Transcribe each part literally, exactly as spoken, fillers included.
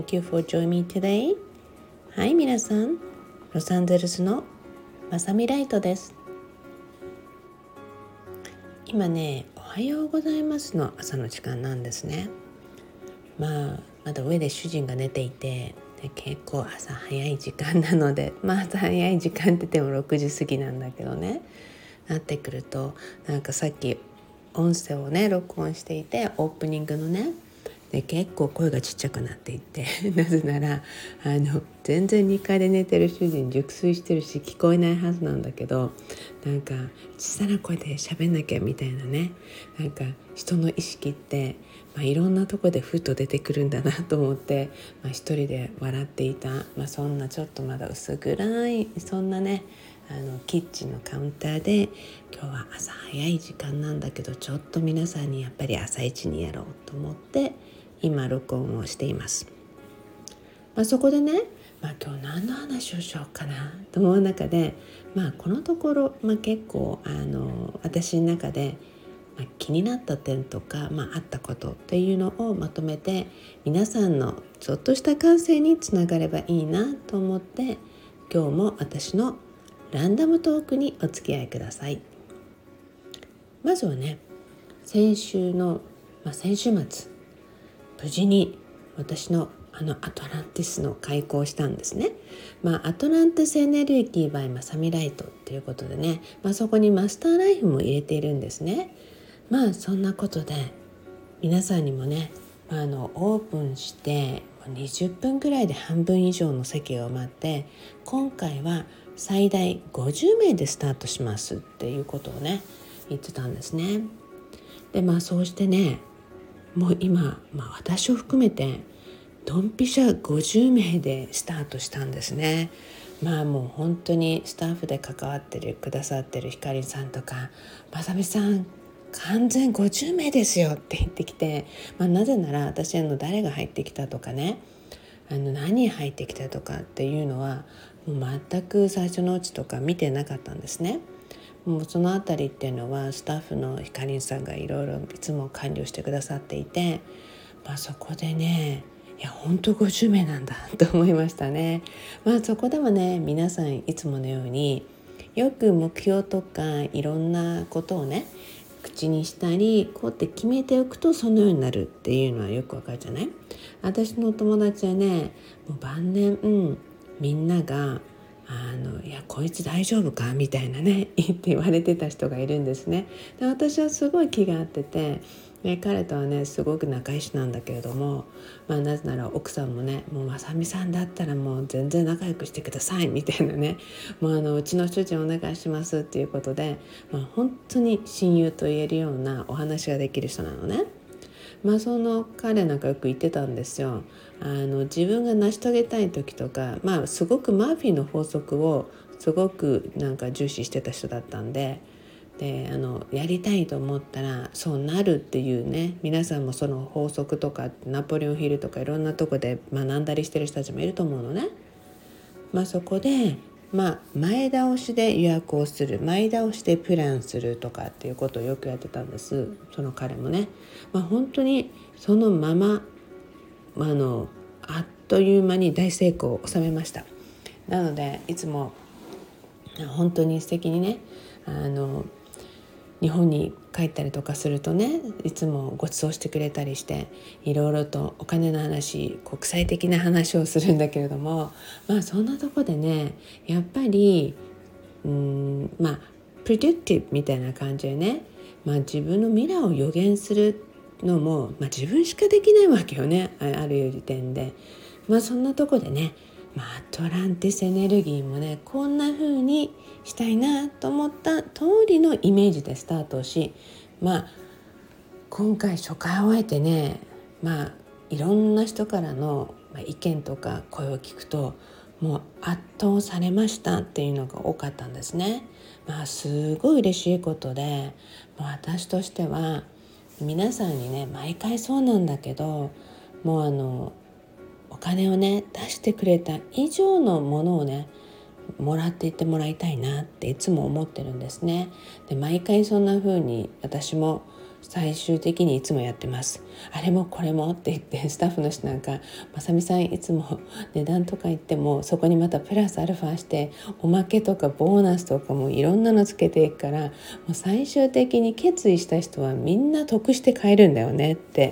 Thank you for joining me today. はい、皆さん、ロサンゼルスのまさみライトです。今ね、おはようございますの朝の時間なんですね。まあ、まだ上で主人が寝ていて、で結構朝早い時間なので、まあ朝早い時間って言ってもろくじ過ぎなんだけどね、なってくると、なんかさっき音声をね録音していて、オープニングのねで結構声がちっちゃくなっていってなぜならあの全然にかいで寝てる主人熟睡してるし聞こえないはずなんだけど、なんか小さな声で喋んなきゃみたいなね、なんか人の意識って、まあ、いろんなとこでふっと出てくるんだなと思って、まあ、一人で笑っていた、まあ、そんなちょっとまだ薄暗いそんなねあのキッチンのカウンターで、今日は朝早い時間なんだけどちょっと皆さんにやっぱり朝一にやろうと思って今録音をしています。まあ、そこでね、まあ、今日何の話をしようかなと思う中で、まあ、このところ、まあ、結構あの私の中で、まあ、気になった点とか、まあ、あったことっていうのをまとめて皆さんのちょっとした感性につながればいいなと思って、今日も私のランダムトークにお付き合いください。まずはね、先週の、まあ、先週末無事に私のあのアトランティスの開講したんですね。まあ、アトランティスエネルギー by まさみライトっていうことでね、まあ、そこにマスターライフも入れているんですね。まあそんなことで皆さんにもね、まあ、あのオープンしてにじゅっぷんくらいで半分以上の席が埋まって、今回は最大ごじゅうめいでスタートしますっていうことをね言ってたんですね。でまあそうしてね、もう今、まあ、私を含めてドンピシャごじゅうめいでスタートしたんですね。まあもう本当にスタッフで関わってるくださってるひかりさんとか、まさみさん完全ごじゅうめいですよって言ってきて、まあ、なぜなら私への誰が入ってきたとかね、あの何入ってきたとかっていうのはもう全く最初のうちとか見てなかったんですね。もうそのあたりっていうのはスタッフのひかりんさんがいろいろいつも管理をしてくださっていて、まあ、そこでね、いや本当ごじゅうめいなんだと思いましたね。まあそこでもね、皆さんいつものようによく目標とかいろんなことをね口にしたりこうって決めておくとそのようになるっていうのはよくわかるじゃない。私のお友達はね、もう晩年、うん、みんながあのいやこいつ大丈夫かみたいなね言って言われてた人がいるんですね。で私はすごい気が合ってて、ね、彼とはねすごく仲良しなんだけれども、まあ、なぜなら奥さんもね、もうまさみさんだったらもう全然仲良くしてくださいみたいなね、もうあのうちの主人お願いしますっていうことで、まあ、本当に親友と言えるようなお話ができる人なのね。まあその彼なんかよく言ってたんですよ。あの自分が成し遂げたい時とか、まあすごくマーフィーの法則をすごくなんか重視してた人だったんで、であのやりたいと思ったらそうなるっていうね、皆さんもその法則とかナポレオンヒルとかいろんなとこで学んだりしてる人たちもいると思うのね。まあそこでまあ、前倒しで予約をする、前倒しでプランするとかっていうことをよくやってたんです、その彼もね。まあ、本当にそのままあのあっという間に大成功を収めました。なのでいつも本当に素敵にね、あの日本に帰ったりとかするとね、いつもご馳走してくれたりして、いろいろとお金の話、国際的な話をするんだけれども、まあそんなとこでね、やっぱりうーんまあプレディクティブみたいな感じでね、まあ、自分の未来を予言するのも、まあ、自分しかできないわけよね、あある時点で。まあそんなとこでね、まあ、アトランティスエネルギーもねこんな風にしたいなと思った通りのイメージでスタートし、まあ今回初回を終えてね、まあいろんな人からの意見とか声を聞くともう圧倒されましたっていうのが多かったんですね。まあすごい嬉しいことで、もう私としては皆さんにね毎回そうなんだけど、もうあのお金をね出してくれた以上のものをねもらっていってもらいたいなっていつも思ってるんですね。で毎回そんな風に私も最終的にいつもやってます。あれもこれもって言って、スタッフの人なんかまさみさんいつも値段とか言ってもそこにまたプラスアルファしておまけとかボーナスとかもいろんなのつけていくから、もう最終的に決意した人はみんな得して買えるんだよねって、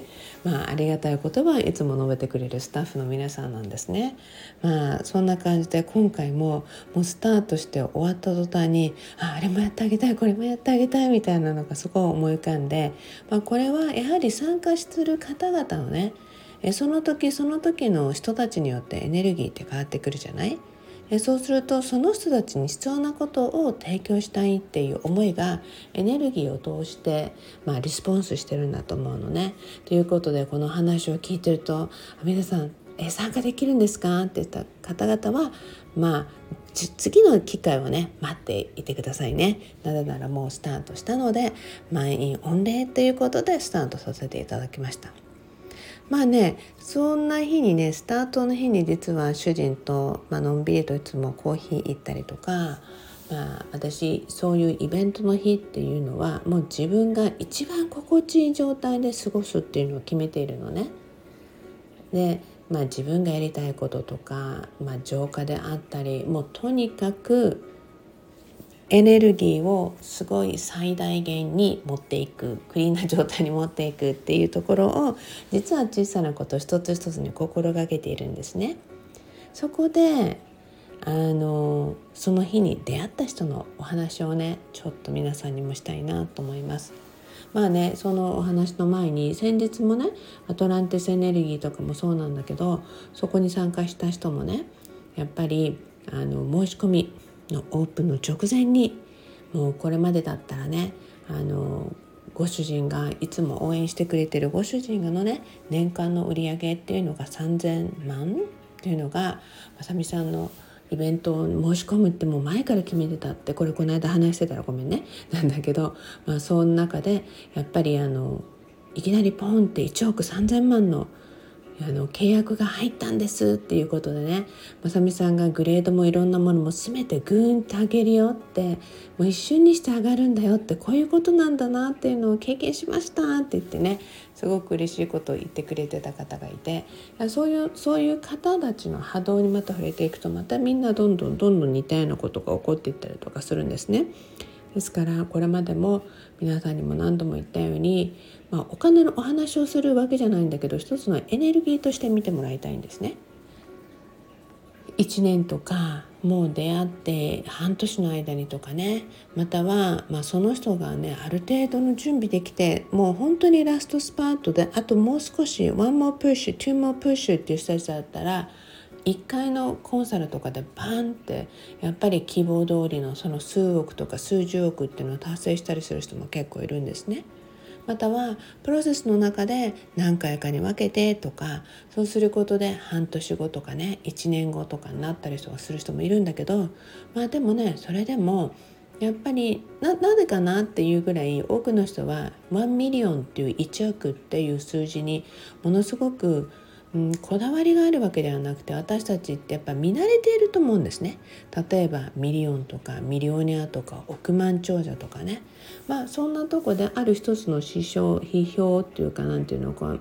まあ、ありがたい言葉をいつも述べてくれるスタッフの皆さんなんですね。まあそんな感じで今回ももうスタートして終わった途端に、ああれもやってあげたいこれもやってあげたいみたいなのがすごい思い浮かんで、まあ、これはやはり参加する方々のね、えその時その時の人たちによってエネルギーって変わってくるじゃない。えそうするとその人たちに必要なことを提供したいっていう思いがエネルギーを通して、まあ、リスポンスしてるんだと思うのね。ということでこの話を聞いてると、皆さんえ参加できるんですかって言った方々は、まあ次の機会をね待っていてくださいね。なぜならもうスタートしたので、満員御礼ということでスタートさせていただきました。まあね、そんな日にね、スタートの日に実は主人と、まあのんびりといつもコーヒー行ったりとか、まあ、私そういうイベントの日っていうのはもう自分が一番心地いい状態で過ごすっていうのを決めているのね。で、まあ、自分がやりたいこととか、まあ、浄化であったり、もうとにかくエネルギーをすごい最大限に持っていく、クリーンな状態に持っていくっていうところを実は小さなこと一つ一つに心がけているんですね。そこであのその日に出会った人のお話をねちょっと皆さんにもしたいなと思います。まあね、そのお話の前に先日もねアトランティスエネルギーとかもそうなんだけど、そこに参加した人もねやっぱりあの申し込みのオープンの直前に、もうこれまでだったらねあのご主人がいつも応援してくれてるご主人のね年間の売り上げっていうのがさんぜんまんっていうのがまさみさんのイベントを申し込むってもう前から決めてたって、これこの間話してたらごめんねなんだけど、まあその中でやっぱりあのいきなりポンっていちおくさんぜんまんのあの契約が入ったんですっていうことでね、まさみさんがグレードもいろんなものも全てグーンって上げるよって、もう一瞬にして上がるんだよって、こういうことなんだなっていうのを経験しましたって言ってね、すごく嬉しいことを言ってくれてた方がいて、そういうそういう方たちの波動にまた触れていくと、またみんなどんどんどんどん似たようなことが起こっていったりとかするんですね。ですからこれまでも皆さんにも何度も言ったように、まあ、お金のお話をするわけじゃないんだけど、一つのエネルギーとして見てもらいたいんですね。いちねんとかもう出会って半年の間にとかね、または、まあ、その人がねある程度の準備できて、もう本当にラストスパートであともう少し one more push two more push っていう人たちだったらいっかいのコンサルとかでバンってやっぱり希望通りのその数億とか数十億っていうのを達成したりする人も結構いるんですね。またはプロセスの中で何回かに分けてとか、そうすることで半年後とかねいちねんごとかになったりとかする人もいるんだけど、まあでもねそれでもやっぱり な, なぜかなっていうぐらい多くの人はワンミリオンっていういちおくっていう数字にものすごくうん、こだわりがあるわけではなくて、私たちってやっぱ見慣れていると思うんですね。例えばミリオンとかミリオネアとか億万長者とかね、まあそんなとこである一つの指標批評っていうかなんていうのか、うん、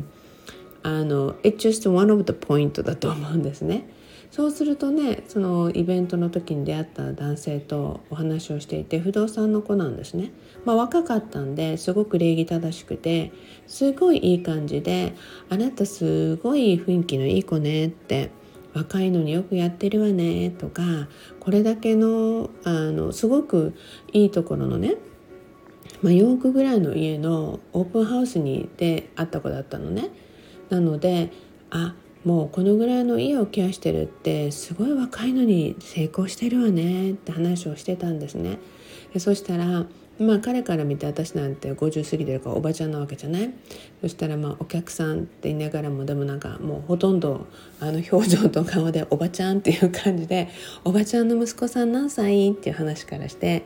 あの It's just one of the point だと思うんですね。そうするとね、そのイベントの時に出会った男性とお話をしていて、不動産の子なんですね。まあ若かったんですごく礼儀正しくてすごいいい感じで、あなたすごい雰囲気のいい子ねって、若いのによくやってるわねとか、これだけのあのすごくいいところのね、まあ、よおくぐらいの家のオープンハウスにで会った子だったのね。なので、あもうこのぐらいの家をケアしてるってすごい若いのに成功してるわねって話をしてたんですね。そしたらまあ彼から見て私なんてごじゅう過ぎてるからおばちゃんなわけじゃない。そしたらまあお客さんって言いながらも、でもなんかもうほとんどあの表情と顔でおばちゃんっていう感じで、おばちゃんの息子さん何歳っていう話からして、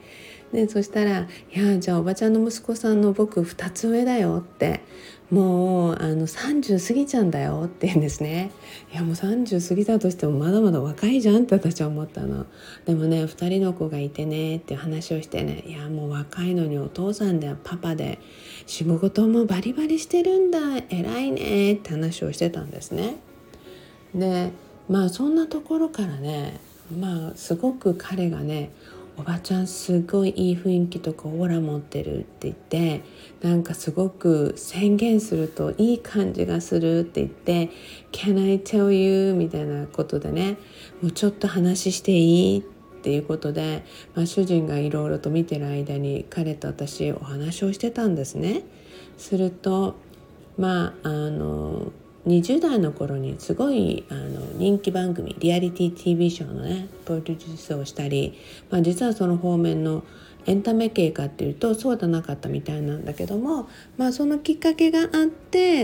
でそしたら「いやじゃあおばちゃんの息子さんの僕ふたつ上だよ」ってもうあのさんじゅう過ぎちゃうんだよって言うんですね。いやもうさんじゅう過ぎたとしてもまだまだ若いじゃんって私は思ったの。でもねふたりの子がいてねっていう話をしてね、いやもう若いのにお父さんでパパで仕事もバリバリしてるんだ偉いねって話をしてたんですね。でまあそんなところからね、まあすごく彼がねおばちゃんすごいいい雰囲気とかオーラ持ってるって言って、なんかすごく宣言するといい感じがするって言って Can I tell you みたいなことでね、もうちょっと話していいっていうことで、まあ、主人がいろいろと見てる間に彼と私お話をしてたんですね。するとまああのにじゅう代の頃にすごいあの人気番組リアリティ ティーブイ ショーのねプロデュースをしたり、まあ、実はその方面のエンタメ系かっていうとそうでなかったみたいなんだけども、まあ、そのきっかけがあって、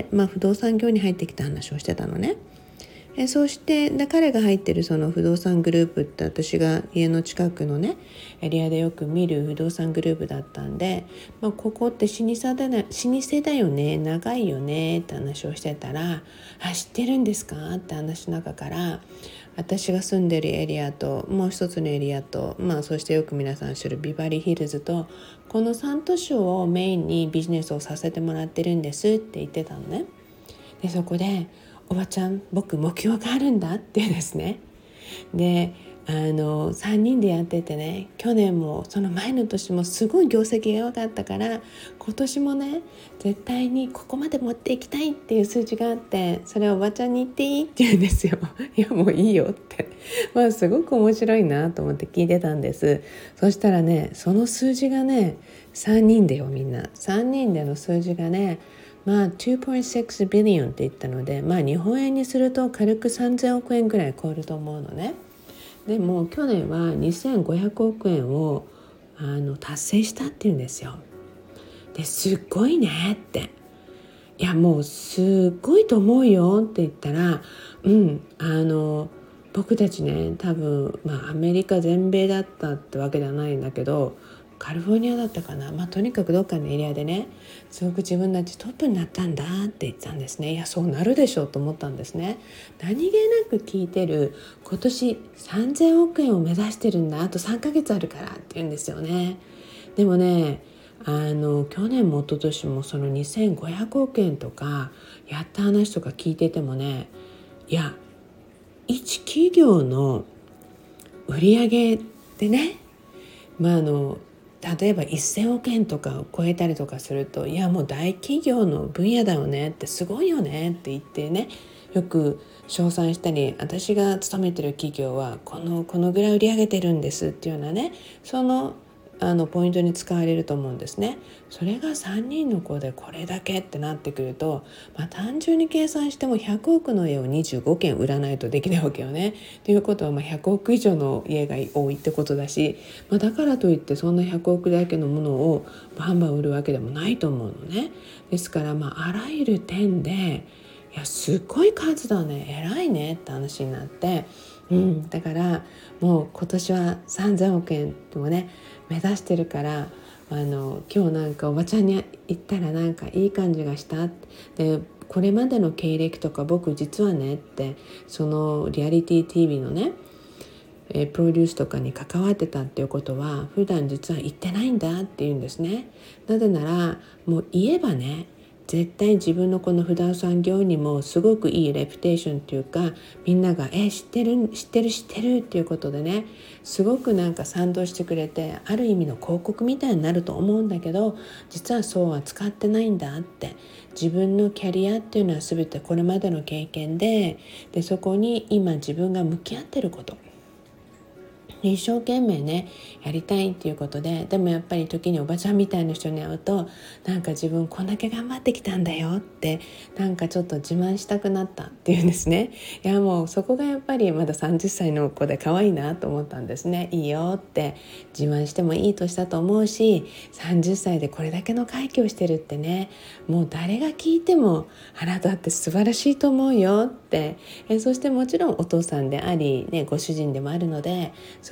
まあ、不動産業に入ってきた話をしてたのね。えそしてで彼が入ってるその不動産グループって私が家の近くのねエリアでよく見る不動産グループだったんで、まあ、ここって老舗だな、老舗だよね長いよねって話をしてたら「あ知ってるんですか?」って話の中から私が住んでるエリアともう一つのエリアと、まあ、そしてよく皆さん知るビバリーヒルズとこのさん都市をメインにビジネスをさせてもらってるんですって言ってたのね。でそこでおばちゃん僕目標があるんだってですね。であのさんにんでやっててね、去年もその前の年もすごい業績が良かったから今年もね絶対にここまで持っていきたいっていう数字があって、それをおばちゃんに言っていいって言うんですよ。いやもういいよってまあすごく面白いなと思って聞いてたんです。そしたらねその数字がねさんにんでよ、みんなさんにんでの数字がねまあにてんろくビリオンって言ったので、まあ日本円にすると軽くさんぜんおくえんぐらい超えると思うのね。でも去年はにせんごひゃくおくえんをあの達成したっていうんですよ。ですっごいねって、いやもうすっごいと思うよって言ったら、うんあの僕たちね多分、まあ、アメリカ全米だったってわけではないんだけどカリフォルニアだったかな、まあ、とにかくどっかのエリアでねすごく自分たちトップになったんだって言ってたんですね。いやそうなるでしょうと思ったんですね。何気なく聞いてる今年さんぜんおくえんを目指してるんだ、あとさんかげつあるからって言うんですよね。でもねあの去年も一昨年もそのにせんごひゃくおくえんとかやった話とか聞いててもね、いや一企業の売上でね、まああの例えばせんおくえんとかを超えたりとかすると、いやもう大企業の分野だよねってすごいよねって言ってねよく称賛したり、私が勤めてる企業はこのこのぐらい売り上げてるんですっていうようなね、そのあのポイントに使われると思うんですね。それがさんにんの子でこれだけってなってくると、まあ、単純に計算してもひゃくおくの家をにじゅうごけん売らないとできないわけよね。ということはまあひゃくおく以上の家が多いってことだし、まあ、だからといってそんなひゃくおくだけのものをバンバン売るわけでもないと思うのね。ですからまああらゆる点でいやすっごい数だね偉いねって話になって、うん、だからもう今年はさんぜんおくえんでもね目指してるから、あの今日なんかおばちゃんに言ったらなんかいい感じがしたで、これまでの経歴とか僕実はねってそのリアリティ ティーブイ のねえプロデュースとかに関わってたっていうことは普段実は言ってないんだっていうんですね。なぜならもう言えばね絶対自分のこの不動産業にもすごくいいレピュテーションっていうか、みんながえ知ってる知ってる知ってるっていうことでねすごくなんか賛同してくれて、ある意味の広告みたいになると思うんだけど、実はそうは使ってないんだって、自分のキャリアっていうのは全てこれまでの経験で、でそこに今自分が向き合ってること一生懸命ねやりたいっていうことで、でもやっぱり時におばちゃんみたいな人に会うとなんか自分こんだけ頑張ってきたんだよってなんかちょっと自慢したくなったっていうんですね。いやもうそこがやっぱりまださんじゅっさいの子で可愛いなと思ったんですね。いいよって自慢してもいい年だと思うし、さんじゅっさいでこれだけの快挙をしてるってねもう誰が聞いてもあなたって素晴らしいと思うよって、えそしてもちろんお父さんであり、ね、ご主人でもあるのです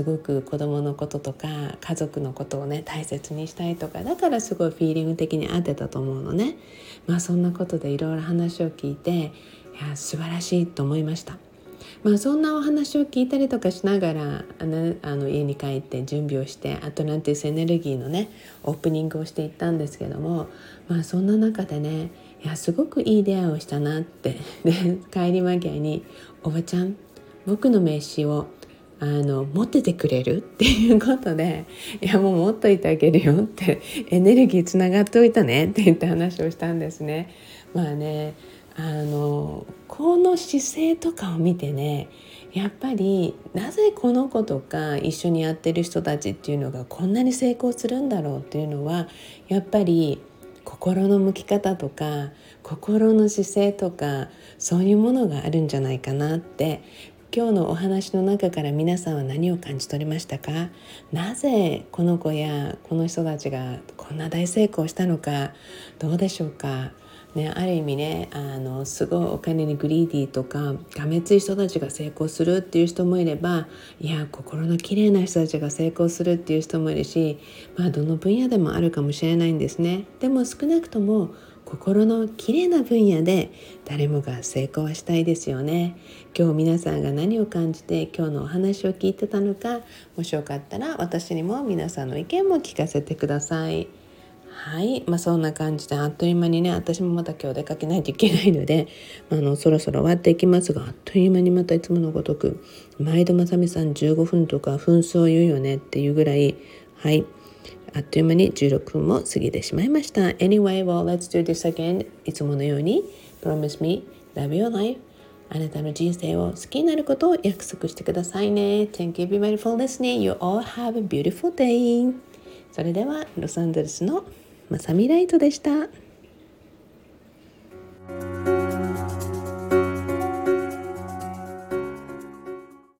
すごく子供のこととか家族のことをね大切にしたいとか、だからすごいフィーリング的に合ってたと思うのね。まあそんなことでいろいろ話を聞いて、いや素晴らしいと思いました。まあ、そんなお話を聞いたりとかしながらあのあの家に帰って準備をして、アトランティスエネルギーのねオープニングをしていったんですけども、まあ、そんな中でね、いやすごくいい出会いをしたなってで帰り間際におばちゃん僕の名刺をあの持っててくれるっていうことで、いやもう持っといてあげるよって、エネルギーつながっておいたねって言って話をしたんですね。まあね、あのこの姿勢とかを見てね、やっぱりなぜこの子とか一緒にやってる人たちっていうのがこんなに成功するんだろうっていうのは、やっぱり心の向き方とか心の姿勢とかそういうものがあるんじゃないかなって、今日のお話の中から皆さんは何を感じ取りましたか？なぜこの子やこの人たちがこんな大成功したのか、どうでしょうかね。ある意味ね、あのすごいお金にグリーディーとかがめつい人たちが成功するっていう人もいれば、いや心の綺麗な人たちが成功するっていう人もいるし、まあどの分野でもあるかもしれないんですね。でも少なくとも心の綺麗な分野で誰もが成功はしたいですよね。今日皆さんが何を感じて今日のお話を聞いてたのか、もしよかったら私にも皆さんの意見も聞かせてください。はい、まあ、そんな感じであっという間にね、私もまた今日出かけないといけないので、あのそろそろ終わっていきますが、あっという間にまたいつものごとく毎度まさみさんじゅうごふんとか紛争言うよねっていうぐらい、はい、あっという間にじゅうろっぷんも過ぎてしまいました。 Anyway, well, let's do this again. いつものように Promise me, love your life. あなたの人生を好きになることを約束してくださいね。 Thank you everybody for listening. You all have a beautiful day. それではロサンゼルスのまさみライトでした。